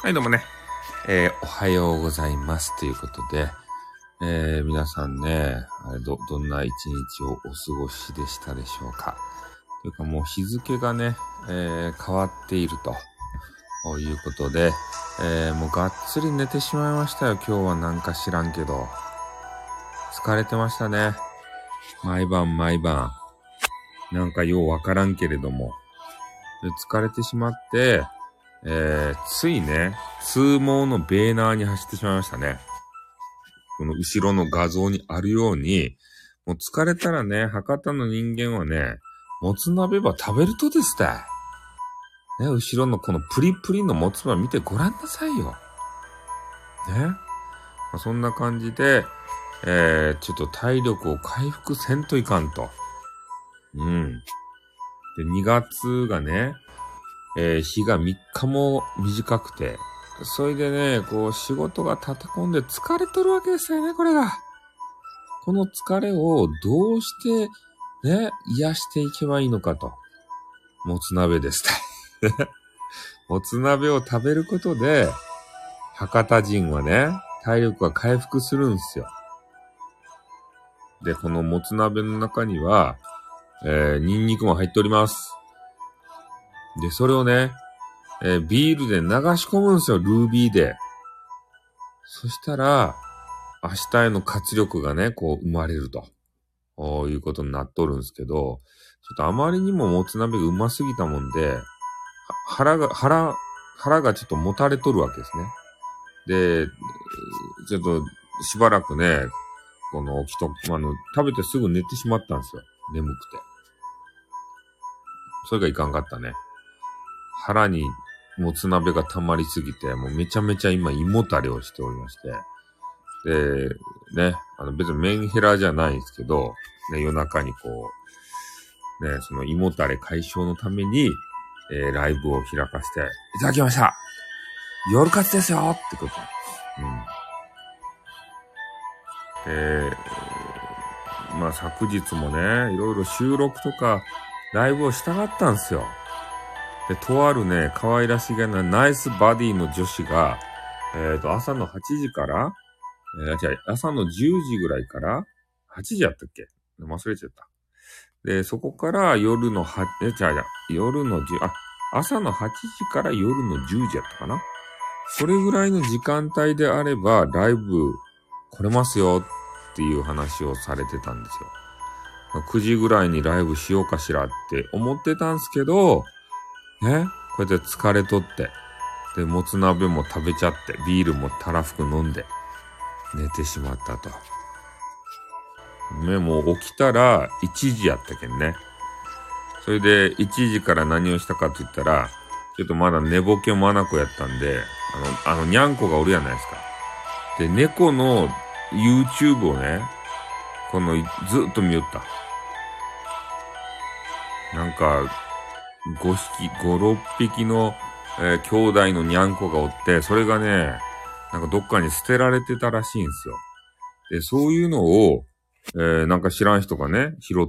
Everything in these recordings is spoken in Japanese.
はいどうもね、おはようございますということで、皆さんね、どんな一日をお過ごしでしたでしょうか。というかもう日付がね、変わっているということで、もうがっつり寝てしまいましたよ。今日はなんか知らんけど。疲れてましたね。毎晩。なんかようわからんけれども。で疲れてしまって、ついね、通毛のベーナーに走ってしまいましたね。この後ろの画像にあるように、もう疲れたらね、博多の人間はね、もつ鍋ば食べるとですたい。ね、後ろのこのプリプリのもつば見てごらんなさいよ。ね。そんな感じで、ちょっと体力を回復せんといかんと。で、2月がね、日が3日も短くて、それでね、こう仕事が立て込んで疲れとるわけですよね、これが。この疲れをどうしてね、癒していけばいいのかと。もつ鍋です。もつ鍋を食べることで、博多人はね、体力が回復するんですよ。で、このもつ鍋の中には、ニンニクも入っております。で、それをね、ビールで流し込むんですよ、ルービーで。そしたら、明日への活力がね、こう生まれると。いうことになっとるんですけど、ちょっとあまりにももつ鍋がうますぎたもんで、腹がちょっともたれとるわけですね。で、ちょっとしばらくね、食べてすぐ寝てしまったんですよ。眠くて。それがいかんかったね。腹にもつ鍋が溜まりすぎて、もうめちゃめちゃ今胃もたれをしておりまして。で、ね、別にメンヘラじゃないんですけど、ね、夜中にこう、ね、その胃もたれ解消のために、ライブを開かせていただきました。夜活ですよってこと。まあ昨日もね、いろいろ収録とかライブをしたかったんですよ。で、とあるね、可愛らしげなナイスバディの女子が、朝の8時から、朝の10時ぐらいから、8時やったっけ忘れちゃった。で、そこから夜の朝の8時から夜の10時やったかな。それぐらいの時間帯であれば、ライブ来れますよっていう話をされてたんですよ。9時ぐらいにライブしようかしらって思ってたんですけど、ね、こうやって疲れとって、で、もつ鍋も食べちゃって、ビールもたらふく飲んで、寝てしまったと。ね、もう起きたら1時やったけんね。それで1時から何をしたかって言ったら、ちょっとまだ寝ぼけまなこやったんで、にゃんこがおるやないですか。で、猫の YouTube をね、ずっと見よった。なんか、5、6匹の、兄弟のにゃんこがおって、それがね、なんかどっかに捨てられてたらしいんですよ。で、そういうのを、なんか知らん人がね、拾って、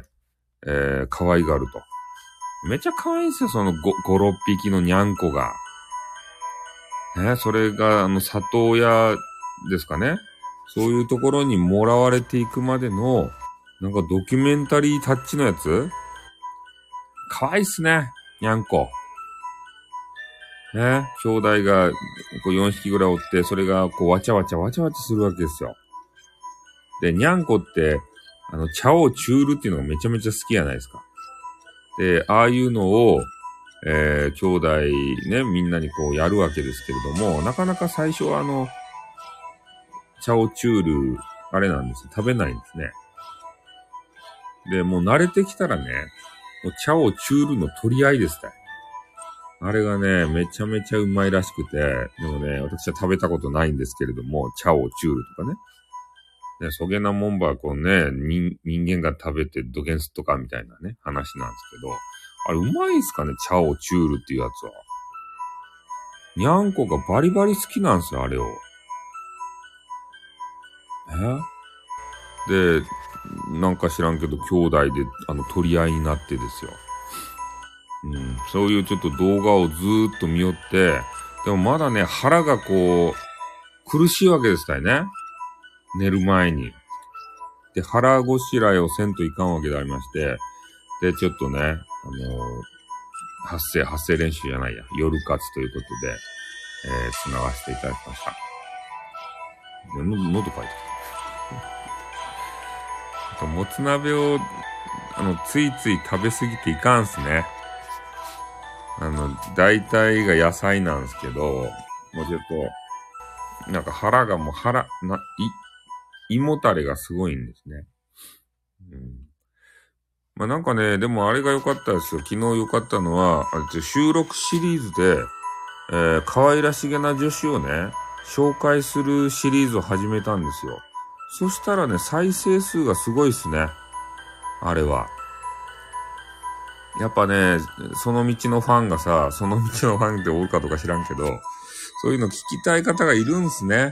可愛がると。めっちゃ可愛いんですよ、その5、6匹のにゃんこが。それが、里親ですかね。そういうところにもらわれていくまでの、なんかドキュメンタリータッチのやつ可愛いっすね、にゃんこ。ね、兄弟がこう4匹ぐらいおって、それがこうわちゃわちゃするわけですよ。で、にゃんこって、チャオチュールっていうのがめちゃめちゃ好きじゃないですか。で、ああいうのを、兄弟ね、みんなにこうやるわけですけれども、なかなか最初はチャオチュール、あれなんですよ。食べないんですね。で、もう慣れてきたらね、もうチャオチュールの取り合いですね。あれがね、めちゃめちゃうまいらしくて、でもね、私は食べたことないんですけれども、チャオチュールとかね。ね、そげなもんばこうね、人間が食べてどげんすっとかみたいなね、話なんですけど、あれうまいんすかね、チャオチュールっていうやつは。にゃんこがバリバリ好きなんですよ、あれを。で、なんか知らんけど、兄弟で、取り合いになってですよ。そういうちょっと動画をずーっと見よって、 でもまだね、腹がこう、苦しいわけですよね。寝る前に。で、腹ごしらえをせんといかんわけでありまして、で、ちょっとね、発声練習じゃないや、夜活ということで、繋がせていただきました。で、喉かいてきた。もつ鍋を、ついつい食べ過ぎていかんすね。大体が野菜なんですけど、もうちょっと、なんか腹がもう胃もたれがすごいんですね。まあなんかね、でもあれが良かったですよ。昨日良かったのは、収録シリーズで、可愛らしげな女子をね、紹介するシリーズを始めたんですよ。そしたらね、再生数がすごいっすね。あれは。やっぱね、その道のファンがさ、その道のファンっておるかどうか知らんけど、そういうの聞きたい方がいるんすね。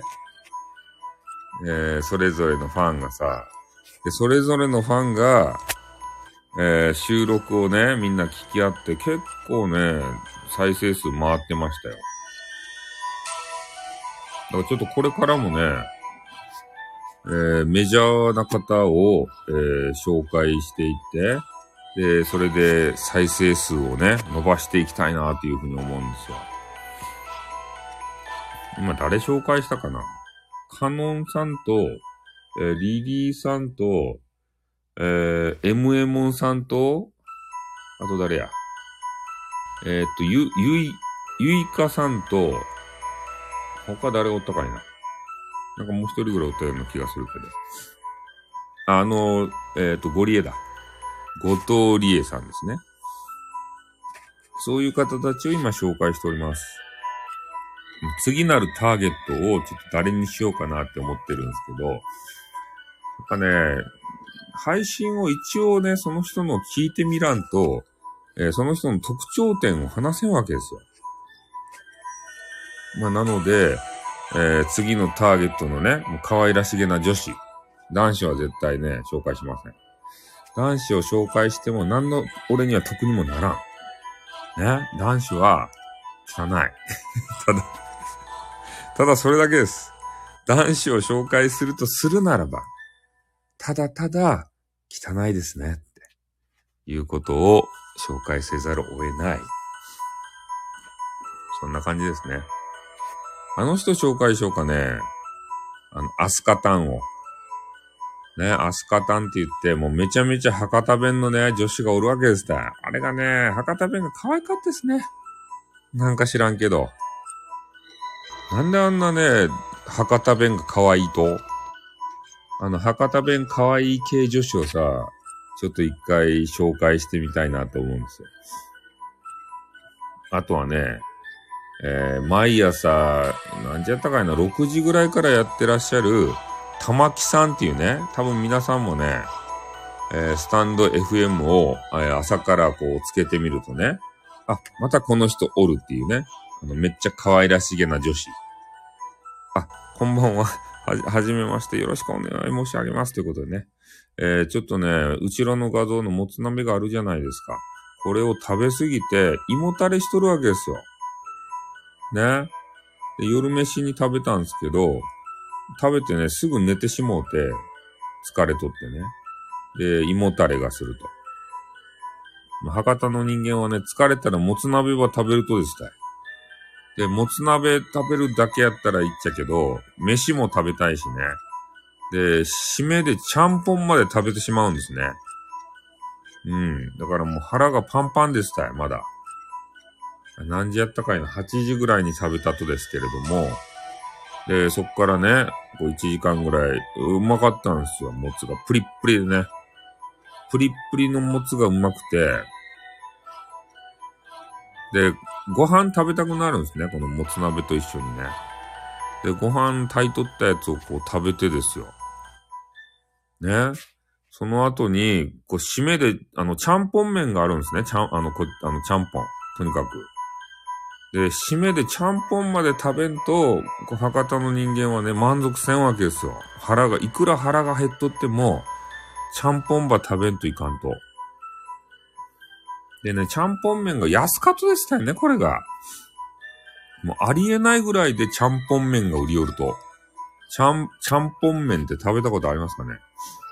それぞれのファンがさ、で、それぞれのファンが、収録をね、みんな聞き合って結構ね、再生数回ってましたよ。だからちょっとこれからもね、メジャーな方を、紹介していって、で、それで再生数をね、伸ばしていきたいなっていうふうに思うんですよ。今誰紹介したかな？カノンさんと、リリーさんと、MM さんと、あと誰や？ゆいかさんと、他誰おったかいな。なんかもう一人ぐらいおったような気がするけど。ゴリエだ。後藤理恵さんですね。そういう方たちを今紹介しております。次なるターゲットをちょっと誰にしようかなって思ってるんですけど、やっぱね、配信を一応ね、その人の聞いてみらんと、その人の特徴点を話せんわけですよ。まあ、なので、次のターゲットのね、もう可愛らしげな女子。男子は絶対ね、紹介しません。男子を紹介しても何の俺には得にもならん。ね、男子は汚い。ただそれだけです。男子を紹介するとするならば、ただただ汚いですねっていうことを紹介せざるを得ない。そんな感じですね。あの人紹介しようかね。アスカタンを。ね、アスカタンって言って、もうめちゃめちゃ博多弁のね、女子がおるわけですた。あれがね、博多弁が可愛かったですね。なんか知らんけど。なんであんなね、博多弁が可愛いと？博多弁可愛い系女子をさ、ちょっと一回紹介してみたいなと思うんですよ。あとはね、毎朝、何時やったかいな、6時ぐらいからやってらっしゃる、玉木さんっていうね、多分皆さんもね、スタンド FM を、朝からこうつけてみるとね、あ、またこの人おるっていうね、めっちゃ可愛らしげな女子。あ、こんばんは。はじめまして。よろしくお願い申し上げます。ということでね。ちょっとね、後ろの画像のもつ鍋があるじゃないですか。これを食べ過ぎて、胃もたれしとるわけですよ。ね。で、夜飯に食べたんですけど、食べてね、すぐ寝てしもうて、疲れとってね。で、胃もたれがすると。博多の人間はね、疲れたらもつ鍋は食べるとですたい。で、もつ鍋食べるだけやったらいいっちゃけど、飯も食べたいしね。で、締めでちゃんぽんまで食べてしまうんですね。だからもう腹がパンパンでしたよ、まだ。何時やったかいな、8時ぐらいに食べたとですけれども。で、そっからね、こう1時間ぐらい、うまかったんですよ、もつが。プリップリでね。プリップリのもつがうまくて。で、ご飯食べたくなるんですね、このもつ鍋と一緒にね。で、ご飯炊いとったやつをこう食べてですよ。ね。その後に、こう、締めで、ちゃんぽん麺があるんですね。ちゃんぽん。とにかく。で、締めでちゃんぽんまで食べんと、こう博多の人間はね、満足せんわけですよ。いくら腹が減っとっても、ちゃんぽんば食べんといかんと。でね、ちゃんぽん麺が安かったでしたよね、これが。 もうありえないぐらいでちゃんぽん麺が売り寄ると。ちゃんぽん麺って食べたことありますかね？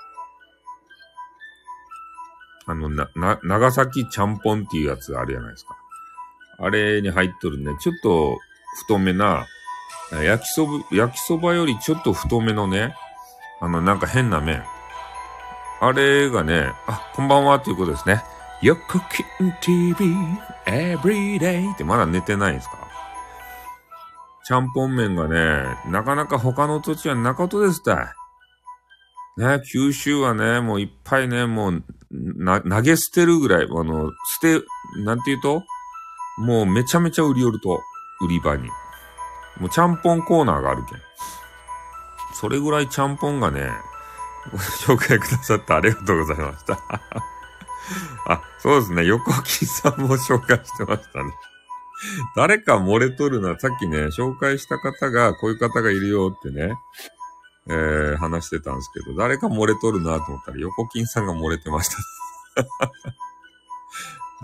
長崎ちゃんぽんっていうやつがあるじゃないですか。あれに入っとるね、ちょっと太めな、焼きそばよりちょっと太めのね、なんか変な麺。あれがね、こんばんはということですね。横金 TV Everyday ってまだ寝てないんですか？ちゃんぽん麺がね、なかなか他の土地はなかとですたい。ね、九州はね、もういっぱいね、もう、投げ捨てるぐらい、なんて言うともうめちゃめちゃ売り寄ると、売り場に。もうちゃんぽんコーナーがあるけん。それぐらいちゃんぽんがね、ご紹介くださってありがとうございました。そうですね。横木さんも紹介してましたね。誰か漏れとるな。さっきね、紹介した方が、こういう方がいるよってね、話してたんですけど、誰か漏れとるなと思ったら、横金さんが漏れてました。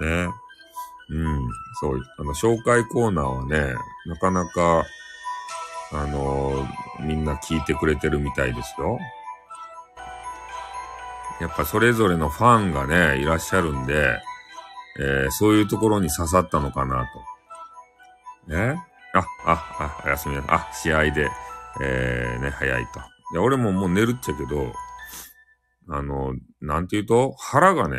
ね。そう、紹介コーナーはね、なかなか、みんな聞いてくれてるみたいですよ。やっぱそれぞれのファンがね、いらっしゃるんで、そういうところに刺さったのかなと。ね。おやすみなさい。試合で、ね、早いと。いや、俺ももう寝るっちゃけど、なんて言うと、腹がね、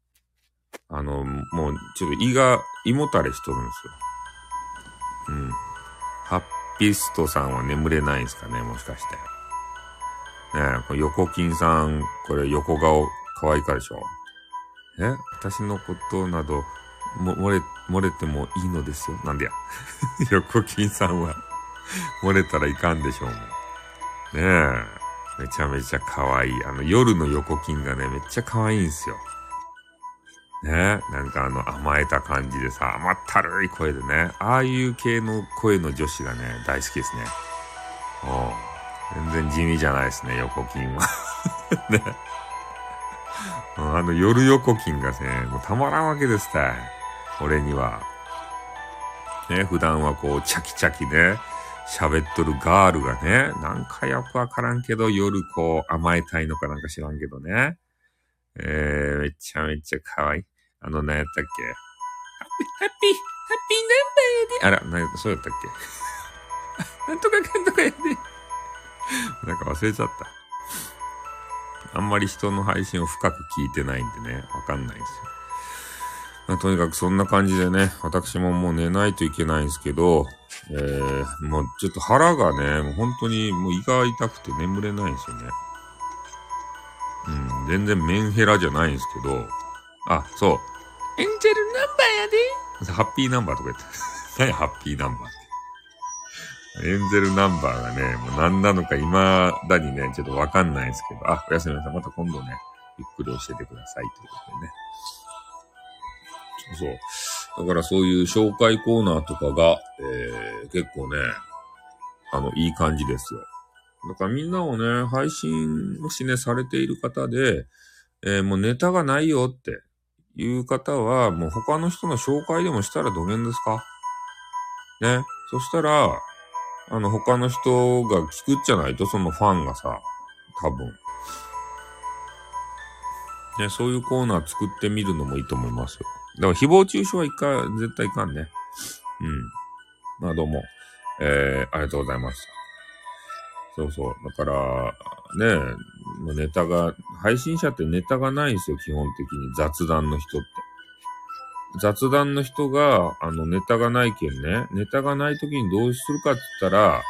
もう、ちょっと胃もたれしとるんですよ。ハッピストさんは眠れないんですかね、もしかして。これ横金さん、これ横顔可愛いかでしょ？私のことなど、漏れてもいいのですよ。なんでや。横金さんは、漏れたらいかんでしょうもん。めちゃめちゃ可愛い。夜の横金がね、めっちゃ可愛いんですよ。なんか甘えた感じでさ、甘ったるい声でね、ああいう系の声の女子がね、大好きですね。全然地味じゃないですね、横金は。ね。夜横金がね、もうたまらんわけですたい。俺には。ね、普段はこう、チャキチャキね、喋っとるガールがね、なんかよくわからんけど、夜こう、甘えたいのかなんか知らんけどね。めちゃめちゃ可愛い。何やったっけ？ハッピーナンバーやで。そうやったっけ？なんとかかんとかやで。なんか忘れちゃった。あんまり人の配信を深く聞いてないんでね、わかんないんですよ。とにかくそんな感じでね、私ももう寝ないといけないんですけど、もうちょっと腹がね、もう本当にもう胃が痛くて眠れないんですよね。全然メンヘラじゃないんですけど、そう。エンジェルナンバーやで。ハッピーナンバーとか言って。何ハッピーナンバーって。エンゼルナンバーがね、もう何なのか未だにね、ちょっとわかんないんですけど、おやすみなさい。また今度ね、ゆっくり教えてください。ということでね。そう。だからそういう紹介コーナーとかが、結構ね、いい感じですよ。だからみんなをね、配信もしね、されている方で、もうネタがないよっていう方は、もう他の人の紹介でもしたらどげんですか？ね。そしたら、他の人が聞くっちゃないと、そのファンがさ、多分。ね、そういうコーナー作ってみるのもいいと思いますよ。だから誹謗中傷は絶対いかんね。まあどうも、ありがとうございました。そうそう。だから、ね、配信者ってネタがないんですよ、基本的に。雑談の人って。雑談の人が、ネタがないけんね。ネタがない時にどうするかって言ったら、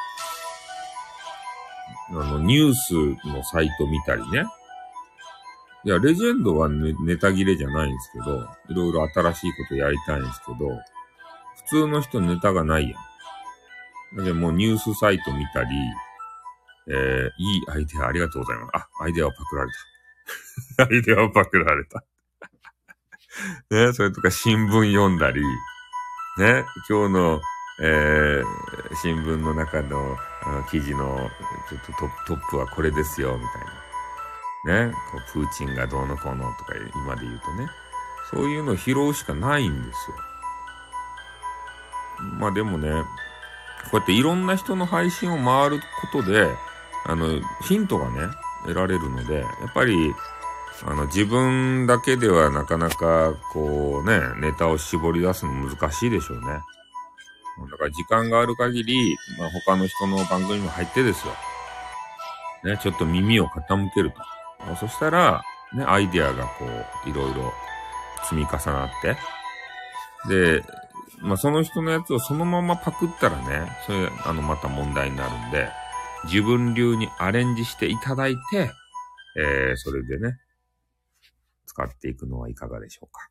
ニュースのサイト見たりね。いや、レジェンドはネタ切れじゃないんですけど、いろいろ新しいことやりたいんですけど、普通の人ネタがないやん。で、もうニュースサイト見たり、いいアイデアありがとうございます。アイデアをパクられた。アイデアをパクられた。ね、それとか新聞読んだり、ね、今日の、新聞の中の記事のちょっとトップはこれですよ、みたいな。ね、こうプーチンがどうのこうのとか今で言うとね、そういうのを拾うしかないんですよ。まあでもね、 こうやっていろんな人の配信を回ることで、ヒントがね、得られるので、やっぱり、自分だけではなかなか、こうね、ネタを絞り出すの難しいでしょうね。だから時間がある限り、他の人の番組も入ってですよ。ね、ちょっと耳を傾けると。そしたら、ね、アイデアがこう、いろいろ積み重なって、で、その人のやつをそのままパクったらね、それ、また問題になるんで、自分流にアレンジしていただいて、それでね、使っていくのはいかがでしょうか。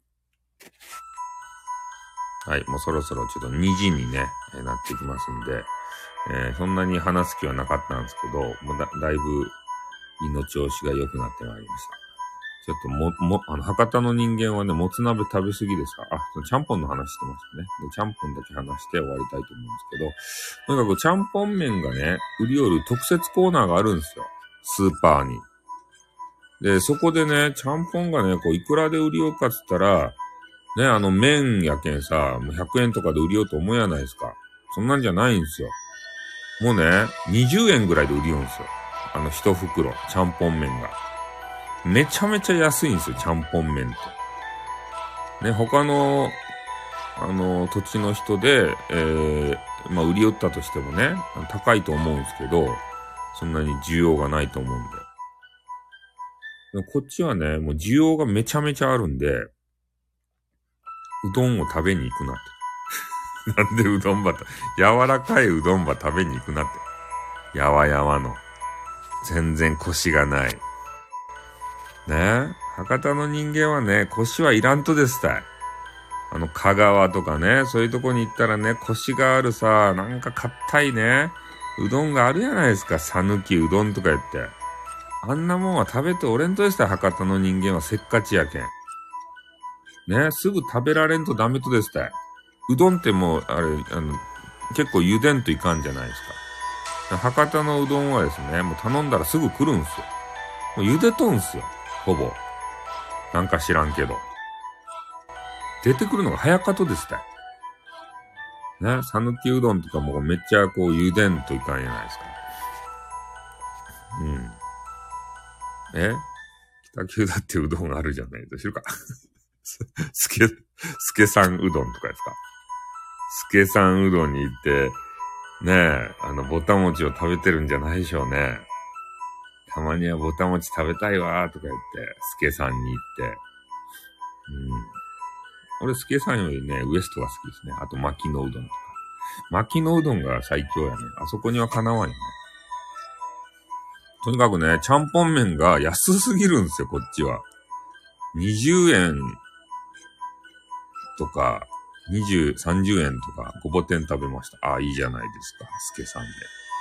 はい、もうそろそろちょっと2時にね、なってきますんで、そんなに話す気はなかったんですけど、もうだいぶ胃の調子が良くなってまいりました。ちょっと博多の人間はね、もつ鍋食べ過ぎでさ、ちゃんぽんの話してましたね。でちゃんぽんだけ話して終わりたいと思うんですけど、とにかくちゃんぽん麺がね、売り寄る特設コーナーがあるんですよ。スーパーに。で、そこでね、ちゃんぽんがね、こう、いくらで売りようかっつったら、ね、麺やけんさ、もう100円とかで売りようと思うやないですか。そんなんじゃないんですよ。もうね、20円ぐらいで売りようんですよ。一袋、ちゃんぽん麺が。めちゃめちゃ安いんですよ、ちゃんぽん麺って。ね、他の、土地の人で、売り寄ったとしてもね、高いと思うんですけど、そんなに需要がないと思うんで。こっちはね、もう需要がめちゃめちゃあるんで、うどんを食べに行くなって。なんでうどんば柔らかいうどんば食べに行くなって。やわやわの。全然コシがない。ね、博多の人間はね、コシはいらんとですたい。香川とかね、そういうとこに行ったらね、コシがあるさ、なんか硬いね、うどんがあるやないですか、さぬきうどんとか言って。あんなもんは食べておれんとですたい、博多の人間はせっかちやけん。ね、すぐ食べられんとダメとですたい。うどんってもう、結構茹でんといかんじゃないですか。博多のうどんはですね、もう頼んだらすぐ来るんすよ。もう茹でとんすよ。ほぼ。なんか知らんけど。出てくるのが早かとですたい。ね、さぬきうどんとかもめっちゃこう茹でんといかんじゃないですか。北九だってうどんあるじゃないと知るか。すけさんうどんとかですか。すけさんうどんに行って、ねえ、ぼたもちを食べてるんじゃないでしょうね。たまにはぼたもち食べたいわーとか言って、すけさんに行って。俺、すけさんよりね、ウエストが好きですね。あと、巻きのうどんとか。巻きのうどんが最強やね。あそこにはかなわんよね。とにかくね、ちゃんぽん麺が安すぎるんですよ、こっちは。20円とか、20、30円とか、ごぼ天食べました。いいじゃないですか、すけさん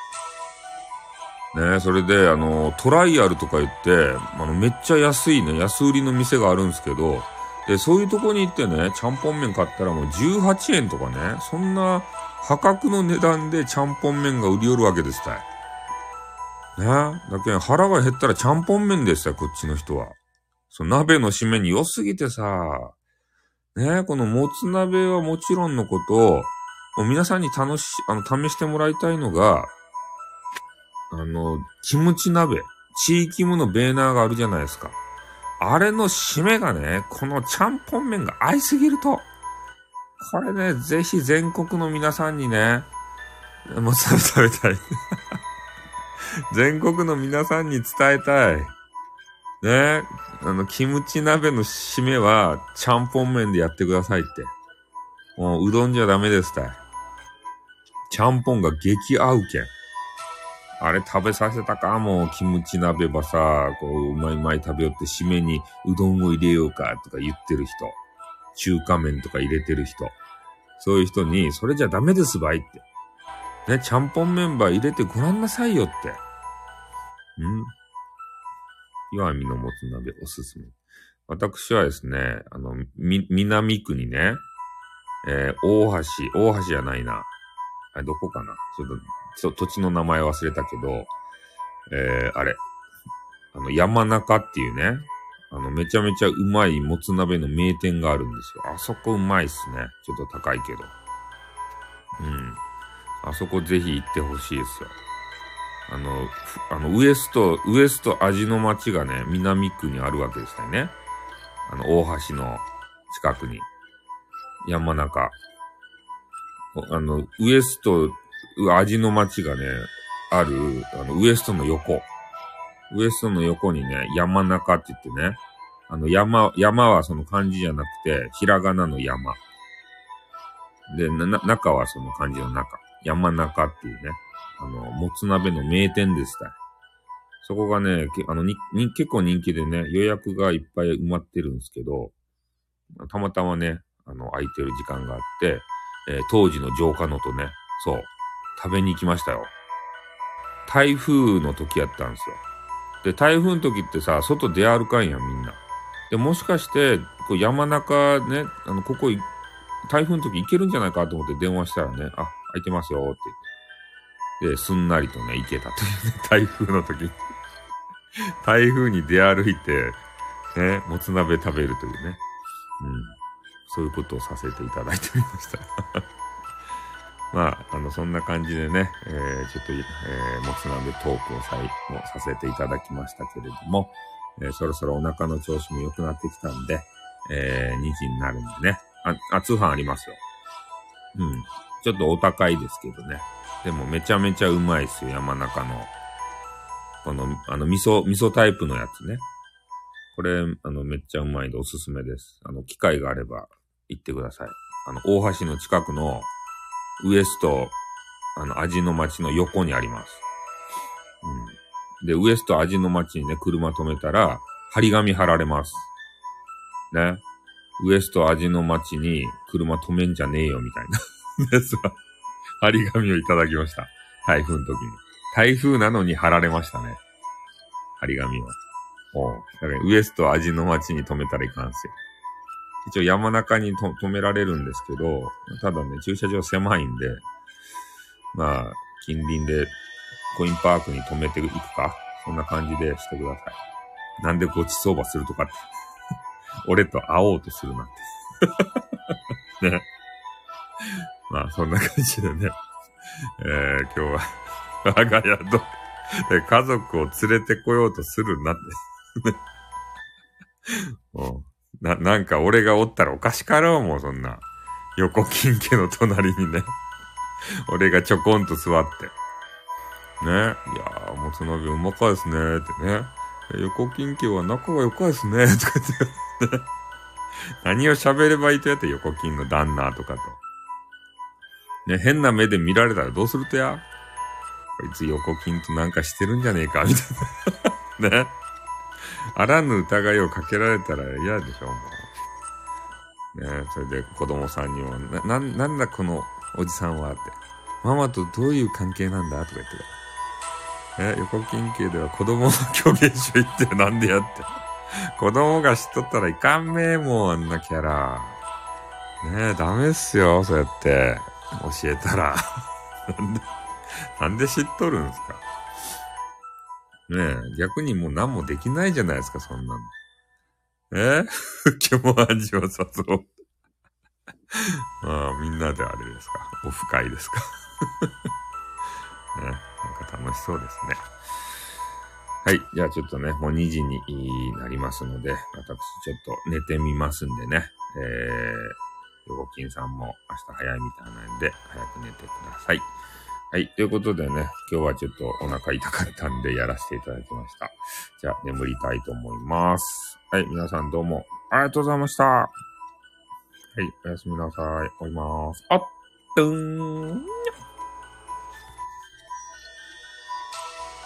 で。ね、それで、トライアルとか言って、めっちゃ安いね、安売りの店があるんですけど、で、そういうとこに行ってね、ちゃんぽん麺買ったらもう18円とかね、そんな破格の値段でちゃんぽん麺が売り寄るわけですたい。ね、だけど腹が減ったらちゃんぽん麺でしたよ、こっちの人は。鍋の締めに良すぎてさ、ね、このもつ鍋はもちろんのこと、もう皆さんに試してもらいたいのが、キムチ鍋、チーキムのベーナーがあるじゃないですか。あれの締めがね、このちゃんぽん麺が合いすぎると。これね、ぜひ全国の皆さんにね、もつ鍋食べたい。全国の皆さんに伝えたい。ね、キムチ鍋の締めは、ちゃんぽん麺でやってくださいって。もう、うどんじゃダメですたい。ちゃんぽんが激合うけん。あれ食べさせたかもう、キムチ鍋ばさ、こう、うまい食べよって締めにうどんを入れようかとか言ってる人。中華麺とか入れてる人。そういう人に、それじゃダメですばいって。ね、ちゃんぽんメンバー入れてごらんなさいよって。岩見のもつ鍋おすすめ。私はですね、南区にね、大橋じゃないな。あれ、どこかなちょっと、土地の名前忘れたけど、あれ、山中っていうね、めちゃめちゃうまいもつ鍋の名店があるんですよ。あそこうまいっすね。ちょっと高いけど。 あそこぜひ行ってほしいですよ。ウエスト味の町がね、南区にあるわけですよね。大橋の近くに。山中。ウエスト味の町がね、ある、ウエストの横。ウエストの横にね、山中って言ってね、山はその漢字じゃなくて、ひらがなの山。で、中はその漢字の中。山中っていうね、もつ鍋の名店でした。そこがね、結構人気でね、予約がいっぱい埋まってるんですけど、たまたまね、空いてる時間があって、当時の城下のとね、そう、食べに行きましたよ。台風の時やったんですよ。で、台風の時ってさ、外出歩かんやん、みんな。で、もしかして、山中ね、ここ、台風の時行けるんじゃないかと思って電話したらね、あ、空いてますよって言って。で、すんなりとね、行けたというね、台風の時。台風に出歩いて、ね、もつ鍋食べるというね。うん。そういうことをさせていただいておりました。まあ、そんな感じでね、ちょっと、もつ鍋トークを最後させていただきましたけれども、そろそろお腹の調子も良くなってきたんで、2時になるんでね。通販ありますよ。うん。ちょっとお高いですけどね。でもめちゃめちゃうまいですよ、山中の。この、味噌タイプのやつね。これ、めっちゃうまいんでおすすめです。機会があれば行ってください。大橋の近くのウエスト、味の町の横にあります。うん。で、ウエスト味の町にね、車止めたら、張り紙貼られます。ね。ウエスト味の町に車止めんじゃねえよ、みたいな。ですわ。張り紙をいただきました。台風の時に。台風なのに貼られましたね。張り紙を。だからウエスト味の町に止めたらいかんすよ。一応山中に止められるんですけど、ただね、駐車場狭いんで、まあ、近隣でコインパークに止めていくか、そんな感じでしてください。なんでごちそうばするとかって。俺と会おうとするなんて。ね。まあ、そんな感じでね。今日は、我が家と、家族を連れてこようとするなって。なんか俺がおったらおかしかろうもん、そんな。横金家の隣にね。俺がちょこんと座って。ね。いやー、もつ鍋うまかですねってね。横金家は仲が良かですねとか言って、ね。何を喋ればいいとやって横金の旦那とかと。ね、変な目で見られたらどうするとや？こいつ横金となんかしてるんじゃねえかみたいな。ね。あらぬ疑いをかけられたら嫌でしょ、もう。ね、それで子供さんにも、なんだこのおじさんはって。ママとどういう関係なんだとか言ってた。ね、横金家では子供の狂言集行ってなんでやって。子供が知っとったらいかんめえもん、あんなキャラ。ねえ、ダメっすよ、そうやって。教えたら。なんで知っとるんすか。ねえ、逆にもう何もできないじゃないですか、そんなの。今日も味を誘う。みんなであれですか。オフ会ですか。ね、なんか楽しそうですね。はい。じゃあちょっとね、もう2時になりますので、私ちょっと寝てみますんでね。横金さんも明日早いみたいなんで、早く寝てください。はい。ということでね、今日はちょっとお腹痛かったんでやらせていただきました。じゃあ眠りたいと思います。はい。皆さんどうもありがとうございました。はい。おやすみなさい。終わります。あっ、ぷーん。